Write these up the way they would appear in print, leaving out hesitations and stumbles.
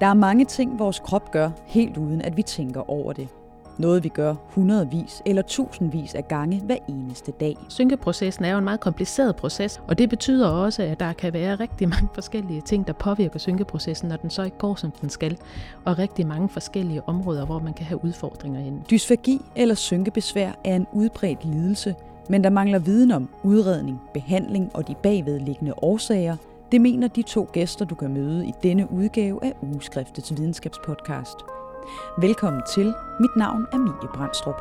Der er mange ting, vores krop gør, helt uden at vi tænker over det. Noget vi gør hundredvis eller tusindvis af gange hver eneste dag. Synkeprocessen er jo en meget kompliceret proces, og det betyder også, at der kan være rigtig mange forskellige ting, der påvirker synkeprocessen, når den så ikke går, som den skal. Og rigtig mange forskellige områder, hvor man kan have udfordringer inde. Dysfagi eller synkebesvær er en udbredt lidelse, men der mangler viden om udredning, behandling og de bagvedliggende årsager. Det mener de 2 gæster, du kan møde i denne udgave af Ugeskriftets videnskabspodcast. Velkommen til. Mit navn er Mie Brandstrup.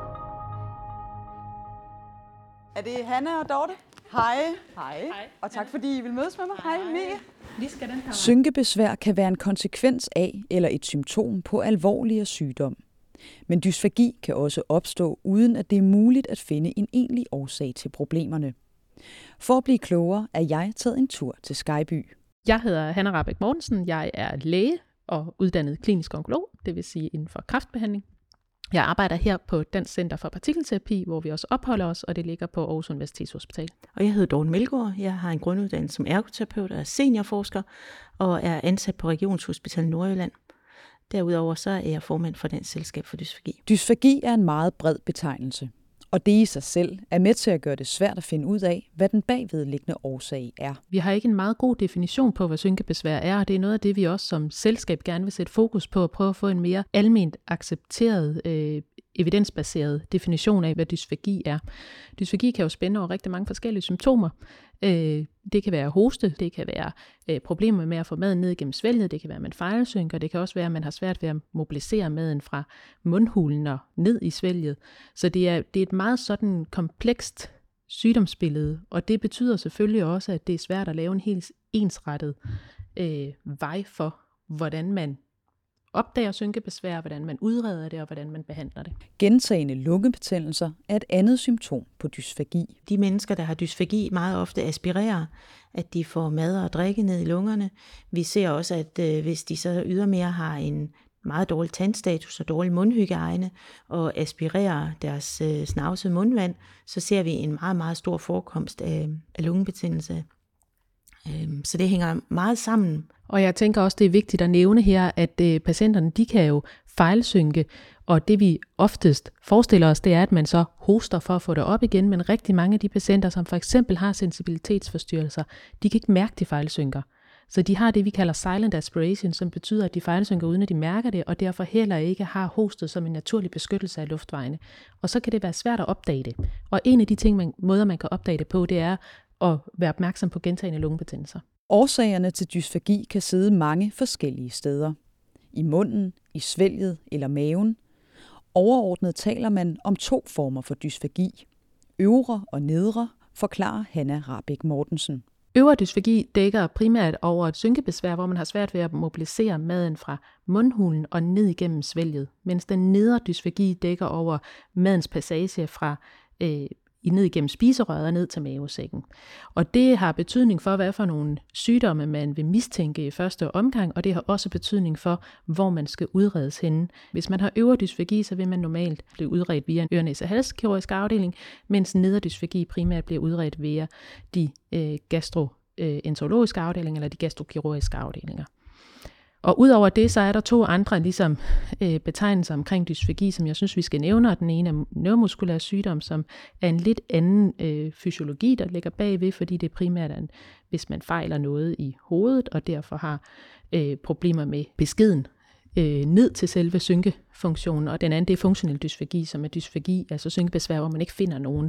Er det Hanne og Dorte? Hej. Hej. Og tak fordi I vil mødes med mig. Hej Mie. Lige skal den her. Synkebesvær kan være en konsekvens af eller et symptom på alvorligere sygdom. Men dysfagi kan også opstå, uden at det er muligt at finde en egentlig årsag til problemerne. For at blive klogere er jeg taget en tur til Skejby. Jeg hedder Hanne Rahbek Mortensen. Jeg er læge og uddannet klinisk onkolog, det vil sige inden for kræftbehandling. Jeg arbejder her på Dansk Center for Partikelterapi, hvor vi også opholder os, og det ligger på Aarhus Universitetshospital. Og jeg hedder Dorte Melgaard. Jeg har en grunduddannelse som ergoterapeut og er seniorforsker og er ansat på Regionshospital Nordjylland. Derudover så er jeg formand for Dansk Selskab for Dysfagi. Dysfagi er en meget bred betegnelse, og det i sig selv er med til at gøre det svært at finde ud af, hvad den bagvedliggende årsag er. Vi har ikke en meget god definition på, hvad synkebesvær er, og det er noget af det, vi også som selskab gerne vil sætte fokus på, og prøve at få en mere alment accepteret, evidensbaseret definition af, hvad dysfagi er. Dysfagi kan jo spænde over rigtig mange forskellige symptomer. Det kan være hoste, det kan være problemer med at få maden ned igennem svælget, det kan være, at man fejlsynker, det kan også være, at man har svært ved at mobilisere maden fra mundhulen og ned i svælget. Så det er et meget sådan komplekst sygdomsbillede, og det betyder selvfølgelig også, at det er svært at lave en helt ensrettet vej for, hvordan man opdager synkebesvær, hvordan man udreder det og hvordan man behandler det. Gentagende lungebetændelser er et andet symptom på dysfagi. De mennesker, der har dysfagi, meget ofte aspirerer, at de får mad og drikke ned i lungerne. Vi ser også, at hvis de så ydermere har en meget dårlig tandstatus og dårlig mundhygiejne og aspirerer deres snavsede mundvand, så ser vi en meget, meget stor forekomst af lungebetændelse. Så det hænger meget sammen. Og jeg tænker også, det er vigtigt at nævne her, at patienterne, de kan jo fejlsynke, og det vi oftest forestiller os, det er, at man så hoster for at få det op igen, men rigtig mange af de patienter, som for eksempel har sensibilitetsforstyrrelser, de kan ikke mærke, de fejlsynker. Så de har det, vi kalder silent aspiration, som betyder, at de fejlsynker, uden at de mærker det, og derfor heller ikke har hostet som en naturlig beskyttelse af luftvejene. Og så kan det være svært at opdage det. Og en af de måder, man kan opdage det på, det er at være opmærksom på gentagne lungebetændelser. Årsagerne til dysfagi kan sidde mange forskellige steder. I munden, i svælget eller maven. Overordnet taler man om 2 former for dysfagi. Øvre og nedre, forklarer Hanne Rahbek Mortensen. Øvre dysfagi dækker primært over et synkebesvær, hvor man har svært ved at mobilisere maden fra mundhulen og ned igennem svælget, mens den nedre dysfagi dækker over madens passage fra ned igennem spiserøret og ned til mavesækken. Og det har betydning for, hvad for nogle sygdomme man vil mistænke i første omgang, og det har også betydning for, hvor man skal udredes henne. Hvis man har øvre dysfagi, så vil man normalt blive udredt via en øre-næse-hals-kirurgisk afdeling, mens nedre dysfagi primært bliver udredt via de gastroenterologiske afdelinger eller de gastrokirurgiske afdelinger. Og udover det, så er der 2 andre betegnelser omkring dysfagi, som jeg synes, vi skal nævne. Og den ene er neuromuskulær sygdom, som er en lidt anden fysiologi, der ligger bagved, fordi det primært er, hvis man fejler noget i hovedet, og derfor har problemer med beskeden ned til selve synkefunktionen. Og den anden, det er funktionel dysfagi, som er dysfagi, altså synkebesvær, hvor man ikke finder nogen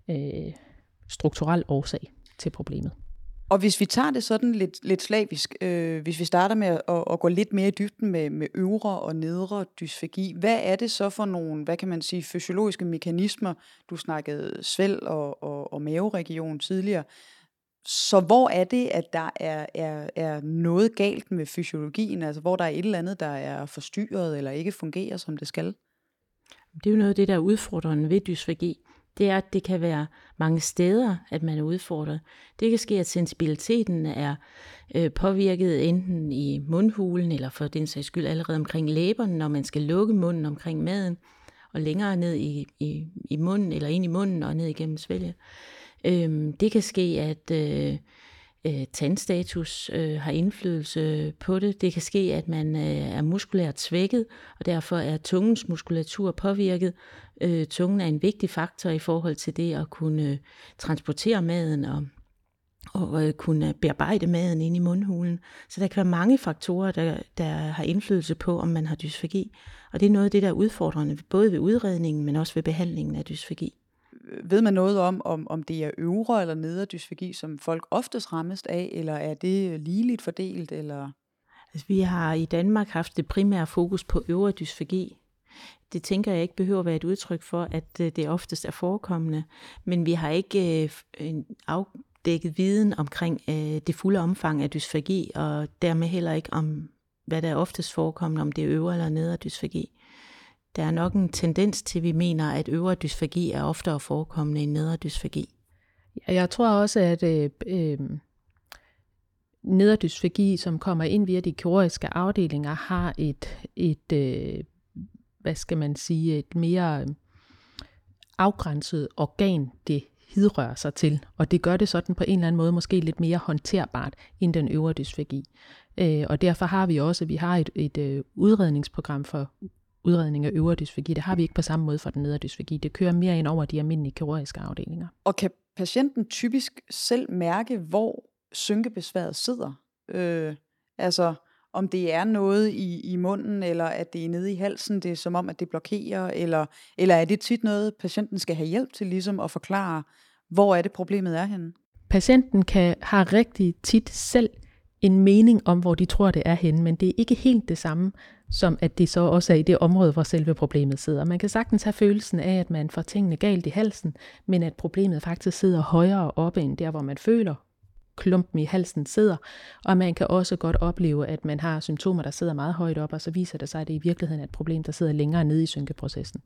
strukturel årsag til problemet. Og hvis vi tager det sådan lidt slavisk, hvis vi starter med at gå lidt mere i dybden med øvre og nedre dysfagi, hvad er det så for nogle, hvad kan man sige, fysiologiske mekanismer? Du snakkede svæl og maveregion tidligere. Så hvor er det, at der er noget galt med fysiologien, altså hvor der er et eller andet, der er forstyrret eller ikke fungerer, som det skal? Det er jo noget af det, der er udfordrende ved dysfagi. Det er, at det kan være mange steder, at man er udfordret. Det kan ske, at sensibiliteten er påvirket enten i mundhulen, eller for den sags skyld allerede omkring læberne, når man skal lukke munden omkring maden, og længere ned i munden, eller ind i munden og ned igennem svælget. Det kan ske, tandstatus har indflydelse på det. Det kan ske, at man er muskulært svækket, og derfor er tungens muskulatur påvirket. Tungen er en vigtig faktor i forhold til det at kunne transportere maden og kunne bearbejde maden inde i mundhulen. Så der kan være mange faktorer, der har indflydelse på, om man har dysfagi. Og det er noget af det, der er udfordrende, både ved udredningen, men også ved behandlingen af dysfagi. Ved man noget om det er øvre eller nedre dysfagi, som folk oftest rammes af, eller er det ligeligt fordelt? Eller? Altså, vi har i Danmark haft det primære fokus på øvre dysfagi. Det tænker jeg ikke behøver at være et udtryk for, at det oftest er forekommende, men vi har ikke afdækket viden omkring det fulde omfang af dysfagi, og dermed heller ikke om, hvad der er oftest forekommende, om det er øvre eller nedre dysfagi. Der er nok en tendens til, at vi mener, at øvre dysfagi er oftere forekommende end nedre dysfagi. Jeg tror også, at nedre dysfagi, som kommer ind via de kirurgiske afdelinger, har et hvad skal man sige, et mere afgrænset organ, det hidrører sig til. Og det gør det sådan på en eller anden måde måske lidt mere håndterbart end den øvre dysfagi. Og derfor har vi også, et udredningsprogram for udredning af øvre dysfagi. Det har vi ikke på samme måde for den nedre dysfagi. Det kører mere ind over de almindelige kirurgiske afdelinger. Og kan patienten typisk selv mærke, hvor synkebesværet sidder? Altså om det er noget i munden, eller at det er nede i halsen, det er som om, at det blokerer, eller er det tit noget, patienten skal have hjælp til ligesom at forklare, hvor er det problemet er henne? Patienten har rigtig tit selv en mening om, hvor de tror, det er henne, men det er ikke helt det samme, som at det så også er i det område, hvor selve problemet sidder. Man kan sagtens have følelsen af, at man får tingene galt i halsen, men at problemet faktisk sidder højere oppe end der, hvor man føler klumpen i halsen sidder, og man kan også godt opleve, at man har symptomer, der sidder meget højt op, og så viser det sig, at det i virkeligheden er et problem, der sidder længere nede i synkeprocessen.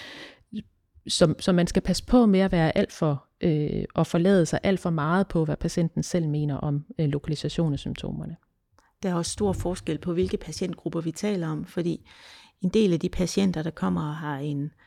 Så man skal passe på med at være alt for og forlade sig alt for meget på, hvad patienten selv mener om lokalisation af symptomerne. Der er også stor forskel på, hvilke patientgrupper vi taler om, fordi en del af de patienter, der kommer og har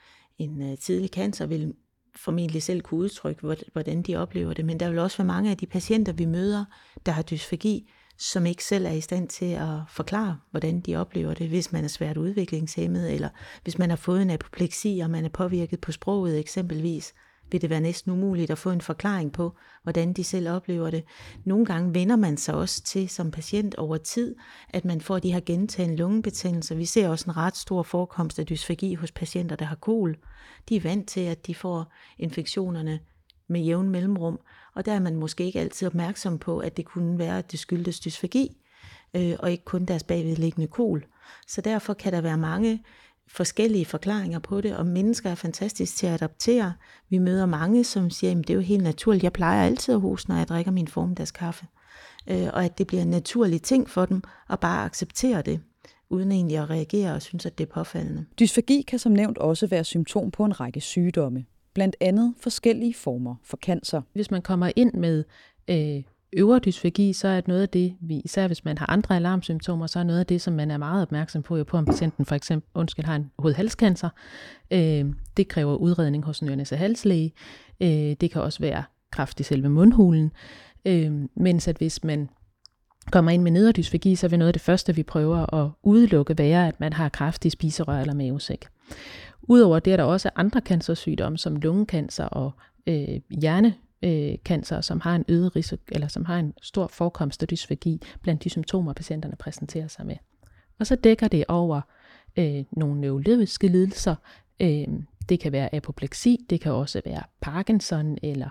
en tidlig cancer, vil formentlig selv kunne udtrykke, hvordan de oplever det, men der vil også være mange af de patienter, vi møder, der har dysfagi, som ikke selv er i stand til at forklare, hvordan de oplever det, hvis man er svært udviklingshæmmet, eller hvis man har fået en apopleksi, og man er påvirket på sproget eksempelvis, vil det være næsten umuligt at få en forklaring på, hvordan de selv oplever det. Nogle gange vender man sig også til som patient over tid, at man får de her gentagne lungebetændelser. Vi ser også en ret stor forekomst af dysfagi hos patienter, der har kol. De er vant til, at de får infektionerne med jævn mellemrum, og der er man måske ikke altid opmærksom på, at det kunne være, at det skyldes dysfagi, og ikke kun deres bagvedliggende kol. Så derfor kan der være mange forskellige forklaringer på det, og mennesker er fantastisk til at adaptere. Vi møder mange, som siger, at det er jo helt naturligt, jeg plejer altid at hoste, når jeg drikker min formiddagskaffe. Og at det bliver en naturlig ting for dem, at bare acceptere det, uden egentlig at reagere og synes, at det er påfaldende. Dysfagi kan som nævnt også være symptom på en række sygdomme, blandt andet forskellige former for cancer. Hvis man kommer ind med øvre dysfagi, så er noget af det, især hvis man har andre alarmsymptomer, så er noget af det, som man er meget opmærksom på om patienten for eksempel har en hoved-halscancer. Det kræver udredning hos en øre-næse-halslæge. Det kan også være kræft i selve mundhulen. Mens at hvis man kommer ind med nedre dysfagi, så vil noget af det første, vi prøver at udelukke, være, at man har kræft i spiserør eller mavesæk. Udover det er der også andre cancersygdomme, som lungecancer og hjernecancer, som har en øget risiko, eller som har en stor forekomst af dysfagi blandt de symptomer, patienterne præsenterer sig med. Og så dækker det over nogle neurologiske lidelser. Det kan være apopleksi, det kan også være Parkinson eller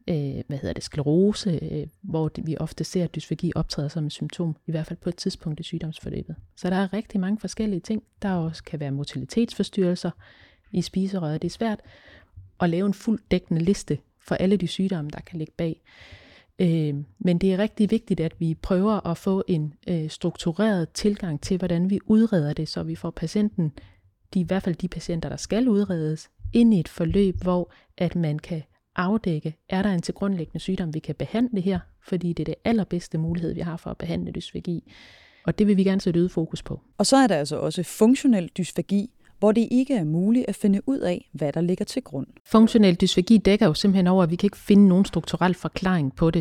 sklerose, hvor vi ofte ser, at dysfagi optræder som et symptom, i hvert fald på et tidspunkt i sygdomsforløbet. Så der er rigtig mange forskellige ting. Der også kan være motilitetsforstyrrelser i spiserøret. Det er svært at lave en fuldt dækkende liste for alle de sygdomme, der kan ligge bag. Men det er rigtig vigtigt, at vi prøver at få en struktureret tilgang til, hvordan vi udreder det, så vi får patienten, i hvert fald de patienter, der skal udredes, ind i et forløb, hvor at man kan afdække, er der en tilgrundliggende sygdom, vi kan behandle her, fordi det er det allerbedste mulighed, vi har for at behandle dysfagi. Og det vil vi gerne sætte øget fokus på. Og så er der altså også funktionel dysfagi, hvor det ikke er muligt at finde ud af, hvad der ligger til grund. Funktionel dysfagi dækker jo simpelthen over, at vi kan ikke finde nogen strukturel forklaring på det.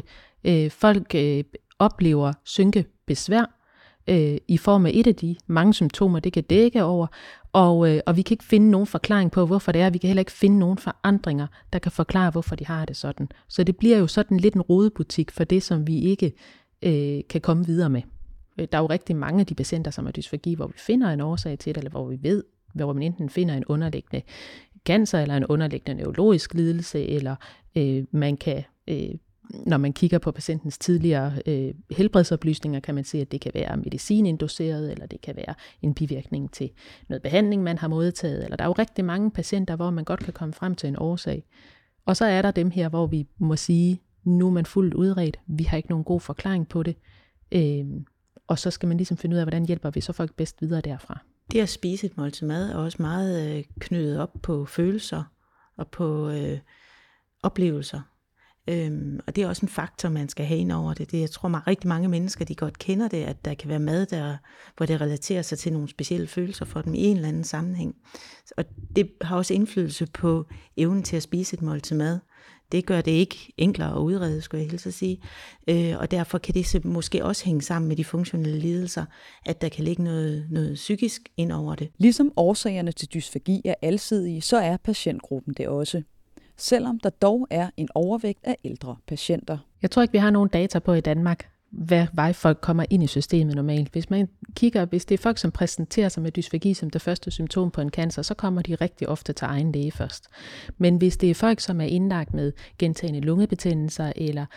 Folk oplever synkebesvær i form af et af de mange symptomer, det kan dække over, og vi kan ikke finde nogen forklaring på, hvorfor det er. Vi kan heller ikke finde nogen forandringer, der kan forklare, hvorfor de har det sådan. Så det bliver jo sådan lidt en rodebutik for det, som vi ikke kan komme videre med. Der er jo rigtig mange af de patienter, som har dysfagi, hvor vi finder en årsag til det, eller hvor vi ved, hvor man enten finder en underliggende cancer, eller en underliggende neurologisk lidelse, eller man kan, når man kigger på patientens tidligere helbredsoplysninger, kan man se, at det kan være medicinindoseret, eller det kan være en bivirkning til noget behandling, man har modtaget. Eller der er jo rigtig mange patienter, hvor man godt kan komme frem til en årsag. Og så er der dem her, hvor vi må sige, nu er man fuldt udredt, vi har ikke nogen god forklaring på det, og så skal man ligesom finde ud af, hvordan hjælper vi så folk bedst videre derfra. Det at spise et måltid mad er også meget knyttet op på følelser og på oplevelser. Og det er også en faktor, man skal have ind over det. Jeg tror, rigtig mange mennesker, de godt kender det, at der kan være mad, hvor det relaterer sig til nogle specielle følelser for dem i en eller anden sammenhæng. Og det har også indflydelse på evnen til at spise et måltid mad. Det gør det ikke enklere at udrede, skulle jeg hilse at sige. Og derfor kan det måske også hænge sammen med de funktionelle lidelser, at der kan ligge noget psykisk ind over det. Ligesom årsagerne til dysfagi er alsidige, så er patientgruppen det også. Selvom der dog er en overvægt af ældre patienter. Jeg tror ikke, vi har nogen data på i Danmark, hvad vej folk kommer ind i systemet normalt. Hvis det er folk, som præsenterer sig med dysfagi som det første symptom på en cancer, så kommer de rigtig ofte til egen læge først. Men hvis det er folk, som er indlagt med gentagne lungebetændelser eller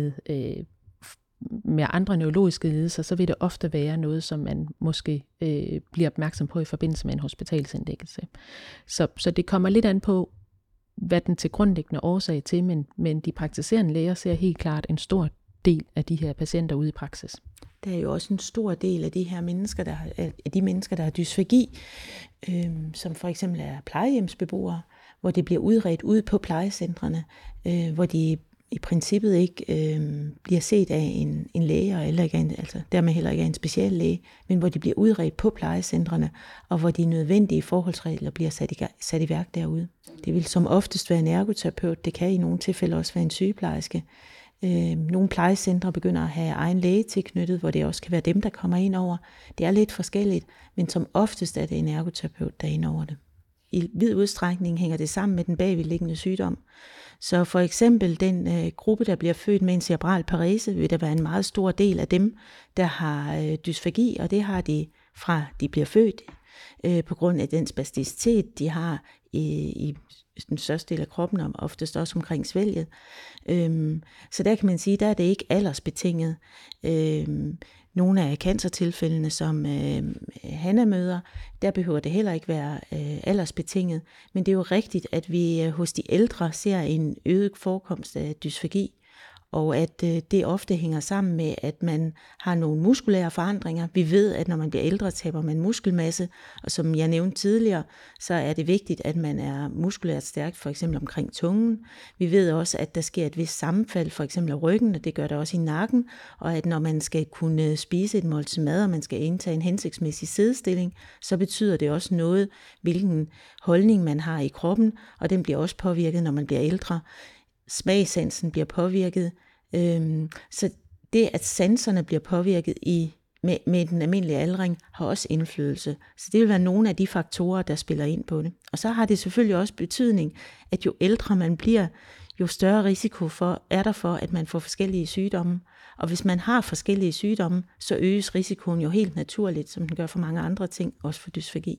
med andre neurologiske lidelser, så vil det ofte være noget, som man måske bliver opmærksom på i forbindelse med en hospitalsindlæggelse. Så det kommer lidt an på, hvad den tilgrundliggende årsag til, men de praktiserende læger ser helt klart en stor del af de her patienter ude i praksis. Der er jo også en stor del af de her mennesker, der har dysfagi, som for eksempel er plejehjemsbeboere, hvor det bliver udredt ude på plejecentrene, hvor de i princippet ikke bliver set af en læge, eller ikke dermed heller ikke af en speciallæge, men hvor de bliver udredt på plejecentrene, og hvor de nødvendige forholdsregler bliver sat i værk derude. Det vil som oftest være en ergoterapeut, det kan i nogle tilfælde også være en sygeplejerske. Nogle plejecentre begynder at have egen læge tilknyttet, hvor det også kan være dem, der kommer ind over. Det er lidt forskelligt, men som oftest er det en ergoterapeut, der er ind over det. I vid udstrækning hænger det sammen med den bagvedliggende sygdom. Så for eksempel den gruppe, der bliver født med en cerebral parese, vil der være en meget stor del af dem, der har dysfagi, og det har de fra de bliver født, på grund af den spasticitet, de har i den største del af kroppen, og oftest også omkring svælget. Så der kan man sige, der er det ikke aldersbetinget. Nogle af cancertilfældene, som Hanna møder, der behøver det heller ikke være aldersbetinget. Men det er jo rigtigt, at vi hos de ældre ser en øget forekomst af dysfagi, og at det ofte hænger sammen med, at man har nogle muskulære forandringer. Vi ved, at når man bliver ældre, taber man muskelmasse, og som jeg nævnte tidligere, så er det vigtigt, at man er muskulært stærk, for eksempel omkring tungen. Vi ved også, at der sker et vist sammenfald, for eksempel af ryggen, og det gør der også i nakken, og at når man skal kunne spise et måltid mad, og man skal indtage en hensigtsmæssig siddestilling, så betyder det også noget, hvilken holdning man har i kroppen, og den bliver også påvirket, når man bliver ældre. Smagsansen bliver påvirket, så det, at sanserne bliver påvirket med den almindelige aldring, har også indflydelse. Så det vil være nogle af de faktorer, der spiller ind på det. Og så har det selvfølgelig også betydning, at jo ældre man bliver, jo større risiko er der for, at man får forskellige sygdomme. Og hvis man har forskellige sygdomme, så øges risikoen jo helt naturligt, som den gør for mange andre ting, også for dysfagi.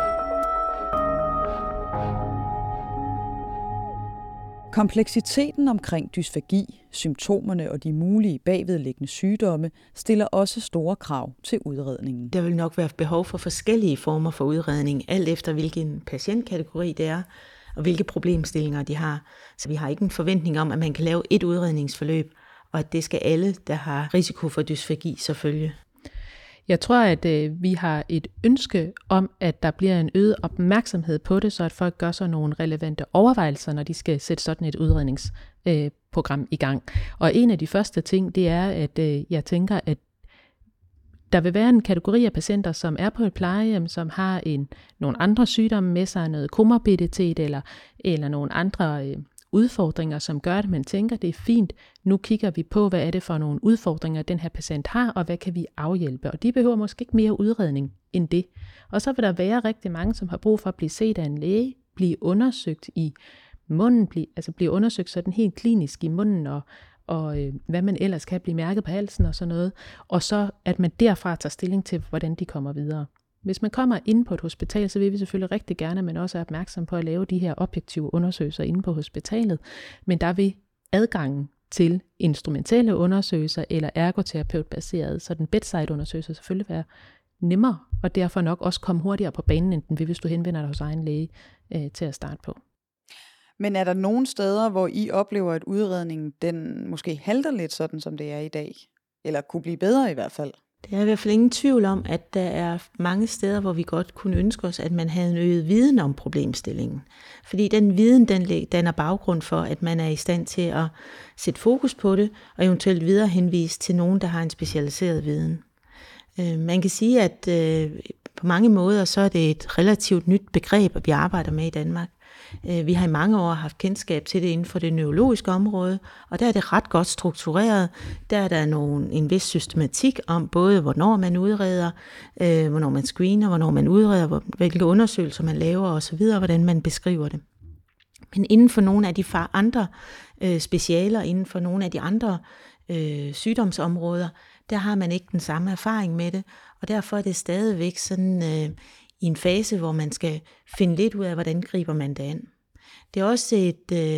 Kompleksiteten omkring dysfagi, symptomerne og de mulige bagvedliggende sygdomme stiller også store krav til udredningen. Der vil nok være behov for forskellige former for udredning, alt efter hvilken patientkategori det er, og hvilke problemstillinger de har. Så vi har ikke en forventning om, at man kan lave et udredningsforløb, og at det skal alle, der har risiko for dysfagi, selvfølgelig. Jeg tror, at vi har et ønske om, at der bliver en øget opmærksomhed på det, så at folk gør sig nogle relevante overvejelser, når de skal sætte sådan et udredningsprogram i gang. Og en af de første ting, det er, at jeg tænker, at der vil være en kategori af patienter, som er på et plejehjem, som har nogle andre sygdomme med sig, noget komorbiditet eller nogle andre udfordringer, som gør, at man tænker, det er fint, nu kigger vi på, hvad er det for nogle udfordringer, den her patient har, og hvad kan vi afhjælpe. Og de behøver måske ikke mere udredning end det. Og så vil der være rigtig mange, som har brug for at blive set af en læge, blive undersøgt i munden, blive undersøgt sådan helt klinisk i munden, og hvad man ellers kan blive mærket på halsen og sådan noget, og så at man derfra tager stilling til, hvordan de kommer videre. Hvis man kommer ind på et hospital, så vil vi selvfølgelig rigtig gerne, at man også er opmærksom på at lave de her objektive undersøgelser inde på hospitalet, men der vil adgangen til instrumentelle undersøgelser eller ergoterapeutbaserede, så den bedside-undersøgelser selvfølgelig være nemmere, og derfor nok også komme hurtigere på banen, end den vil, hvis du henvender dig hos egen læge til at starte på. Men er der nogle steder, hvor I oplever, at udredningen den måske halter lidt sådan, som det er i dag? Eller kunne blive bedre i hvert fald? Der er i hvert fald ingen tvivl om, at der er mange steder, hvor vi godt kunne ønske os, at man havde en øget viden om problemstillingen. Fordi den viden, den danner baggrund for, at man er i stand til at sætte fokus på det, og eventuelt videre henvise til nogen, der har en specialiseret viden. Man kan sige, at på mange måder, så er det et relativt nyt begreb, vi arbejder med i Danmark. Vi har i mange år haft kendskab til det inden for det neurologiske område, og der er det ret godt struktureret. Der er der en vis systematik om både, hvornår man udreder, hvornår man screener, hvornår man udreder, hvilke undersøgelser man laver osv., hvordan man beskriver det. Men inden for nogle af de andre specialer, inden for nogle af de andre sygdomsområder, der har man ikke den samme erfaring med det, og derfor er det stadigvæk sådan i en fase, hvor man skal finde lidt ud af, hvordan griber man det an. Det er også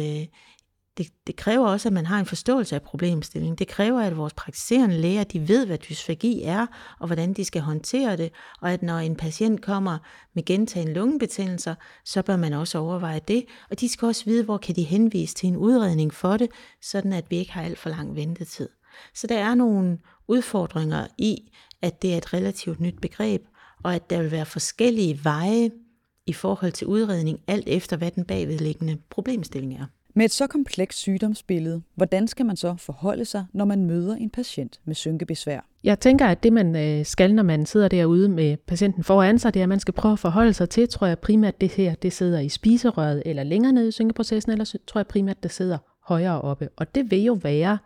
det kræver også, at man har en forståelse af problemstillingen. Det kræver, at vores praktiserende læger, de ved, hvad dysfagi er, og hvordan de skal håndtere det, og at når en patient kommer med gentagne lungebetændelser, så bør man også overveje det, og de skal også vide, hvor kan de henvise til en udredning for det, sådan at vi ikke har alt for lang ventetid. Så der er nogle udfordringer i, at det er et relativt nyt begreb, og at der vil være forskellige veje i forhold til udredning, alt efter hvad den bagvedliggende problemstilling er. Med et så komplekst sygdomsbillede, hvordan skal man så forholde sig, når man møder en patient med synkebesvær? Jeg tænker, at det man skal, når man sidder derude med patienten foran sig, det er, at man skal prøve at forholde sig til, tror jeg primært det her, det sidder i spiserøret eller længere nede i synkeprocessen, eller tror jeg primært, det sidder højere oppe. Og det vil jo være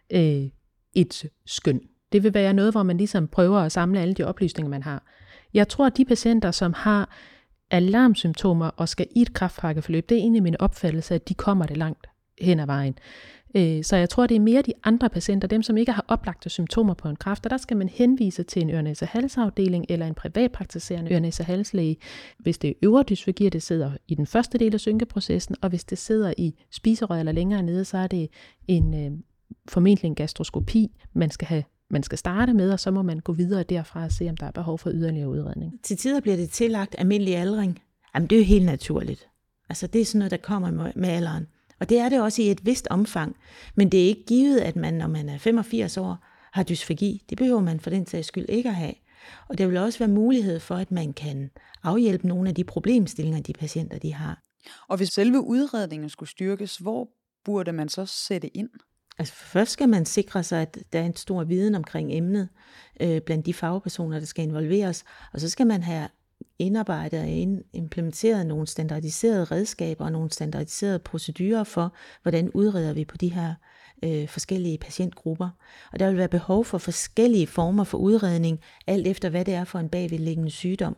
et skøn. Det vil være noget, hvor man ligesom prøver at samle alle de oplysninger, man har. Jeg tror, at de patienter, som har alarmsymptomer og skal i et kræftpakkeforløb, det er egentlig min opfattelse, at de kommer det langt hen ad vejen. Så jeg tror, det er mere de andre patienter, dem som ikke har oplagte symptomer på en kræft, og der skal man henvise til en øre-næse-hals-afdeling eller en privatpraktiserende øre-næse-hals-læge, hvis det er øvre dysfagi, det sidder i den første del af synkeprocessen, og hvis det sidder i spiserøret eller længere nede, så er det formentlig en gastroskopi, man skal starte med, og så må man gå videre derfra og se, om der er behov for yderligere udredning. Til tider bliver det tillagt almindelig aldring. Jamen, det er jo helt naturligt. Altså, det er sådan noget, der kommer med alderen. Og det er det også i et vist omfang. Men det er ikke givet, at man, når man er 85 år, har dysfagi. Det behøver man for den sags skyld ikke at have. Og der vil også være mulighed for, at man kan afhjælpe nogle af de problemstillinger, de patienter de har. Og hvis selve udredningen skulle styrkes, hvor burde man så sætte ind? Altså først skal man sikre sig, at der er en stor viden omkring emnet blandt de fagpersoner, der skal involveres. Og så skal man have indarbejdet og implementeret nogle standardiserede redskaber og nogle standardiserede procedurer for, hvordan udreder vi på de her forskellige patientgrupper. Og der vil være behov for forskellige former for udredning, alt efter hvad det er for en bagvedliggende sygdom.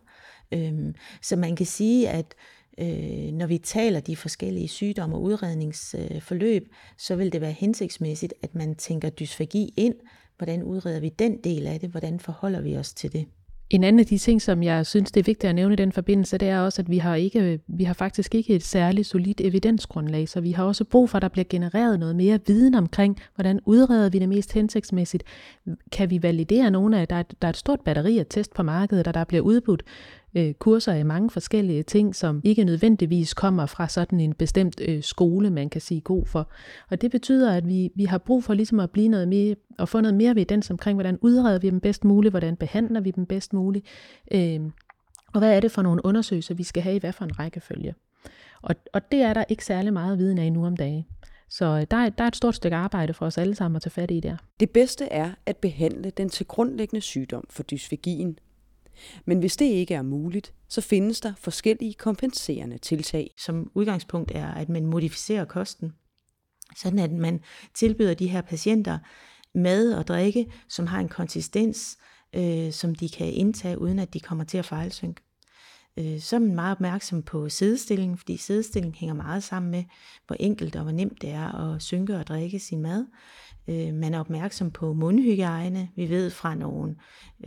Så man kan sige, at når vi taler de forskellige sygdomme og udredningsforløb, så vil det være hensigtsmæssigt, at man tænker dysfagi ind. Hvordan udreder vi den del af det? Hvordan forholder vi os til det? En anden af de ting, som jeg synes, det er vigtigt at nævne i den forbindelse, det er også, at vi har faktisk ikke et særligt solidt evidensgrundlag, så vi har også brug for, at der bliver genereret noget mere viden omkring, hvordan udreder vi det mest hensigtsmæssigt. Kan vi validere nogle af, der er et stort batteri af test på markedet, og der bliver udbudt kurser i mange forskellige ting, som ikke nødvendigvis kommer fra sådan en bestemt skole, man kan sige god for. Og det betyder, at vi har brug for ligesom at blive noget mere, og få noget mere evidens omkring, hvordan udreder vi dem bedst muligt, hvordan behandler vi dem bedst muligt, og hvad er det for nogle undersøgelser, vi skal have i hvad for en rækkefølge. Og det er der ikke særlig meget viden af nu om dagen. Så der er et stort stykke arbejde for os alle sammen at tage fat i der. Det bedste er at behandle den tilgrundliggende sygdom for dysfagien. Men hvis det ikke er muligt, så findes der forskellige kompenserende tiltag. Som udgangspunkt er, at man modificerer kosten. sådan at man tilbyder de her patienter mad og drikke, som har en konsistens, som de kan indtage, uden at de kommer til at fejlsynke. Så er man meget opmærksom på siddestilling, fordi siddestilling hænger meget sammen med, hvor enkelt og hvor nemt det er at synke og drikke sin mad. Man er opmærksom på mundhygiejne. Vi ved fra nogle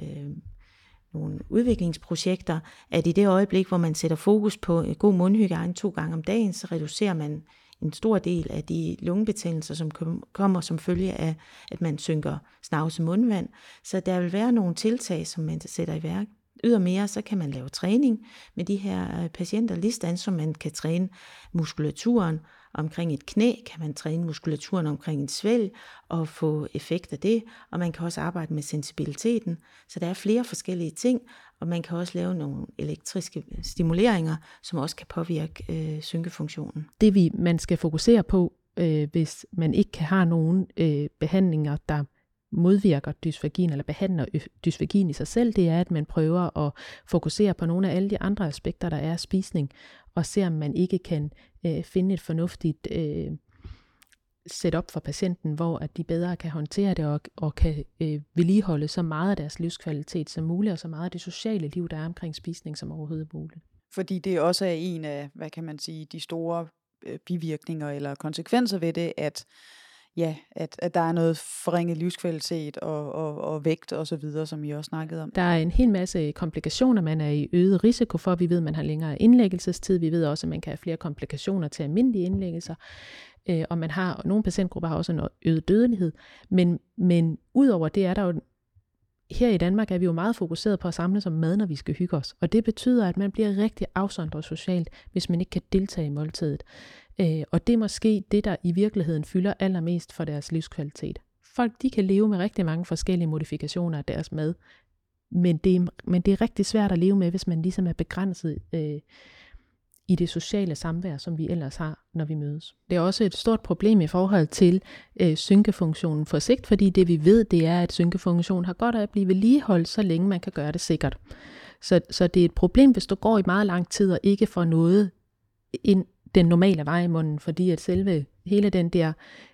udviklingsprojekter, at i det øjeblik, hvor man sætter fokus på god mundhygiejne 2 gange om dagen, så reducerer man en stor del af de lungebetændelser, som kommer som følge af, at man synker snavse mundvand. Så der vil være nogle tiltag, som man sætter i værk. Ydermere så kan man lave træning med de her patienter, ligesådan som man kan træne muskulaturen omkring et knæ, kan man træne muskulaturen omkring en svælg og få effekt af det, og man kan også arbejde med sensibiliteten. Så der er flere forskellige ting, og man kan også lave nogle elektriske stimuleringer, som også kan påvirke synkefunktionen. Det man skal fokusere på, hvis man ikke har nogen behandlinger, der modvirker dysfagien eller behandler dysfagien i sig selv, det er, at man prøver at fokusere på nogle af alle de andre aspekter, der er af spisning, og se om man ikke kan finde et fornuftigt setup for patienten, hvor at de bedre kan håndtere det og kan vedligeholde så meget af deres livskvalitet som muligt, og så meget af det sociale liv, der er omkring spisning som overhovedet muligt. Fordi det også er en af, hvad kan man sige, de store bivirkninger eller konsekvenser ved det, at der er noget forringet livskvalitet og vægt og så videre, som I også snakkede om. Der er en hel masse komplikationer, man er i øget risiko for. Vi ved, at man har længere indlæggelsestid. Vi ved også, at man kan have flere komplikationer til almindelige indlæggelser. Og nogle patientgrupper har også en øget dødelighed. Men udover det er der jo, her i Danmark er vi jo meget fokuseret på at samle som mad, når vi skal hygge os. Og det betyder, at man bliver rigtig afsondret socialt, hvis man ikke kan deltage i måltidet. Og det er måske det, der i virkeligheden fylder allermest for deres livskvalitet. Folk, de kan leve med rigtig mange forskellige modifikationer af deres mad, men det er rigtig svært at leve med, hvis man ligesom er begrænset i det sociale samvær, som vi ellers har, når vi mødes. Det er også et stort problem i forhold til synkefunktionen på sigt, fordi det vi ved, det er, at synkefunktionen har godt af at blive vedligeholdt, så længe man kan gøre det sikkert. Så det er et problem, hvis du går i meget lang tid og ikke får noget ind den normale vej i munden, fordi at hele den der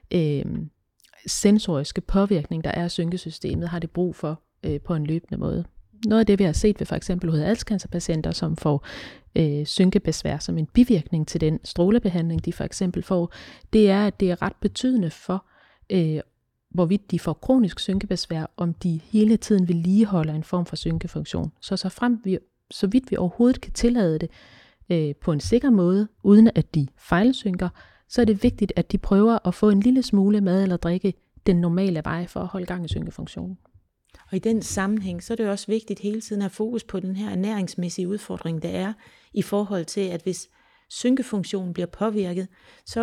sensoriske påvirkning, der er af synkesystemet, har det brug for på en løbende måde. Noget af det, vi har set ved for eksempel hos alzheimer-patienter, som får synkebesvær som en bivirkning til den strålebehandling, de for eksempel får, det er, at det er ret betydende for, hvorvidt de får kronisk synkebesvær, om de hele tiden vedligeholder en form for synkefunktion. Så vidt vi overhovedet kan tillade det på en sikker måde, uden at de fejlsynker, så er det vigtigt, at de prøver at få en lille smule mad eller drikke den normale vej for at holde gang i synkefunktionen. Og i den sammenhæng, så er det også vigtigt hele tiden at have fokus på den her ernæringsmæssige udfordring, der er i forhold til, at hvis synkefunktionen bliver påvirket, så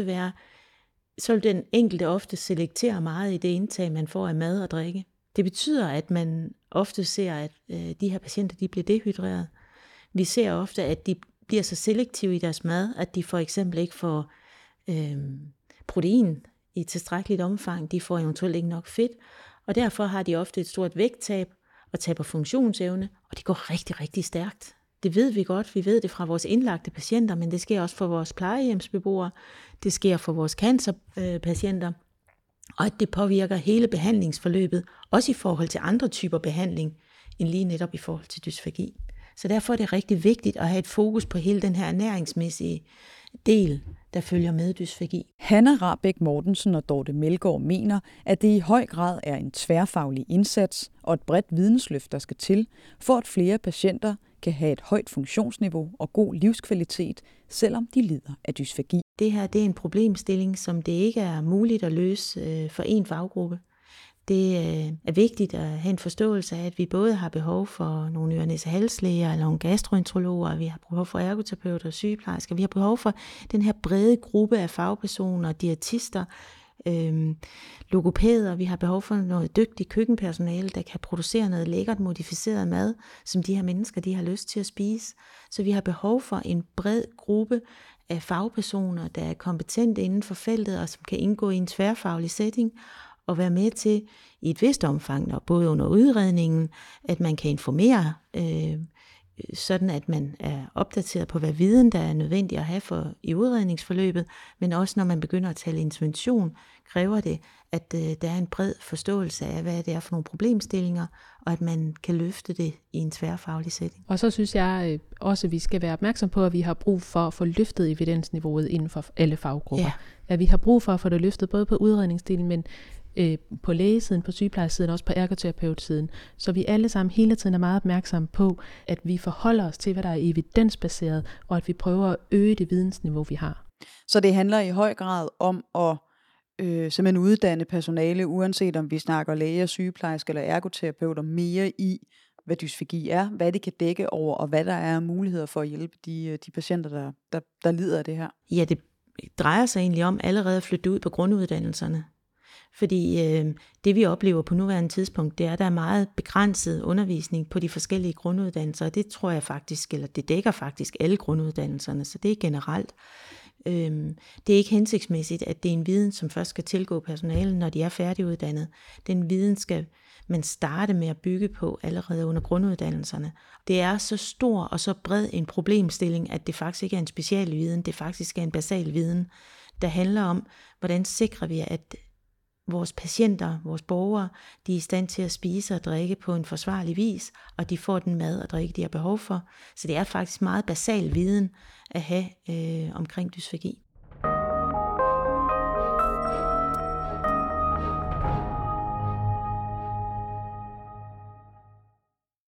vil den enkelte ofte selektere meget i det indtag, man får af mad og drikke. Det betyder, at man ofte ser, at de her patienter, de bliver dehydreret. Vi ser ofte, at de bliver så selektive i deres mad, at de for eksempel ikke får protein i tilstrækkeligt omfang. De får eventuelt ikke nok fedt, og derfor har de ofte et stort vægttab og taber funktionsevne, og det går rigtig, rigtig stærkt. Det ved vi godt. Vi ved det fra vores indlagte patienter, men det sker også for vores plejehjemsbeboere. Det sker for vores cancerpatienter, og at det påvirker hele behandlingsforløbet, også i forhold til andre typer behandling, end lige netop i forhold til dysfagi. Så derfor er det rigtig vigtigt at have et fokus på hele den her ernæringsmæssige del, der følger med dysfagi. Hanna Rahbek Mortensen og Dorte Melgaard mener, at det i høj grad er en tværfaglig indsats og et bredt vidensløft, der skal til, for at flere patienter kan have et højt funktionsniveau og god livskvalitet, selvom de lider af dysfagi. Det her det er en problemstilling, som det ikke er muligt at løse for en faggruppe. Det er vigtigt at have en forståelse af, at vi både har behov for nogle øre-næse-halslæger eller nogle gastroenterologer, vi har behov for ergoterapeuter og sygeplejersker, vi har behov for den her brede gruppe af fagpersoner, diætister, logopæder, vi har behov for noget dygtigt køkkenpersonale, der kan producere noget lækkert modificeret mad, som de her mennesker de har lyst til at spise. Så vi har behov for en bred gruppe af fagpersoner, der er kompetente inden for feltet og som kan indgå i en tværfaglig setting, og være med til i et vist omfang, og både under udredningen, at man kan informere sådan at man er opdateret på, hvad viden der er nødvendig at have for i udredningsforløbet, men også når man begynder at tale intervention, kræver det, at der er en bred forståelse af, hvad det er for nogle problemstillinger, og at man kan løfte det i en tværfaglig setting. Og så synes jeg også, at vi skal være opmærksom på, at vi har brug for at få løftet evidensniveauet inden for alle faggrupper. Ja. At vi har brug for at få det løftet både på udredningsdelen, men på lægesiden, på sygeplejersiden og også på ergoterapeutsiden. Så vi alle sammen hele tiden er meget opmærksomme på, at vi forholder os til, hvad der er evidensbaseret, og at vi prøver at øge det vidensniveau, vi har. Så det handler i høj grad om at simpelthen uddanne personale, uanset om vi snakker læger, sygeplejersker eller ergoterapeuter, mere i, hvad dysfagi er, hvad det kan dække over, og hvad der er muligheder for at hjælpe de patienter, der lider af det her. Ja, det drejer sig egentlig om allerede at flytte ud på grunduddannelserne. Fordi det vi oplever på nuværende tidspunkt, det er, at der er meget begrænset undervisning på de forskellige grunduddannelser, og det tror jeg faktisk, eller det dækker faktisk alle grunduddannelserne, så det er generelt. Det er ikke hensigtsmæssigt, at det er en viden, som først skal tilgå personalet, når de er færdiguddannet. Den viden skal man starte med at bygge på allerede under grunduddannelserne. Det er så stor og så bred en problemstilling, at det faktisk ikke er en specialviden, det faktisk er en basal viden, der handler om, hvordan sikrer vi, at vores patienter, vores borgere, de er i stand til at spise og drikke på en forsvarlig vis, og de får den mad og drikke, de har behov for. Så det er faktisk meget basal viden at have omkring dysfagi.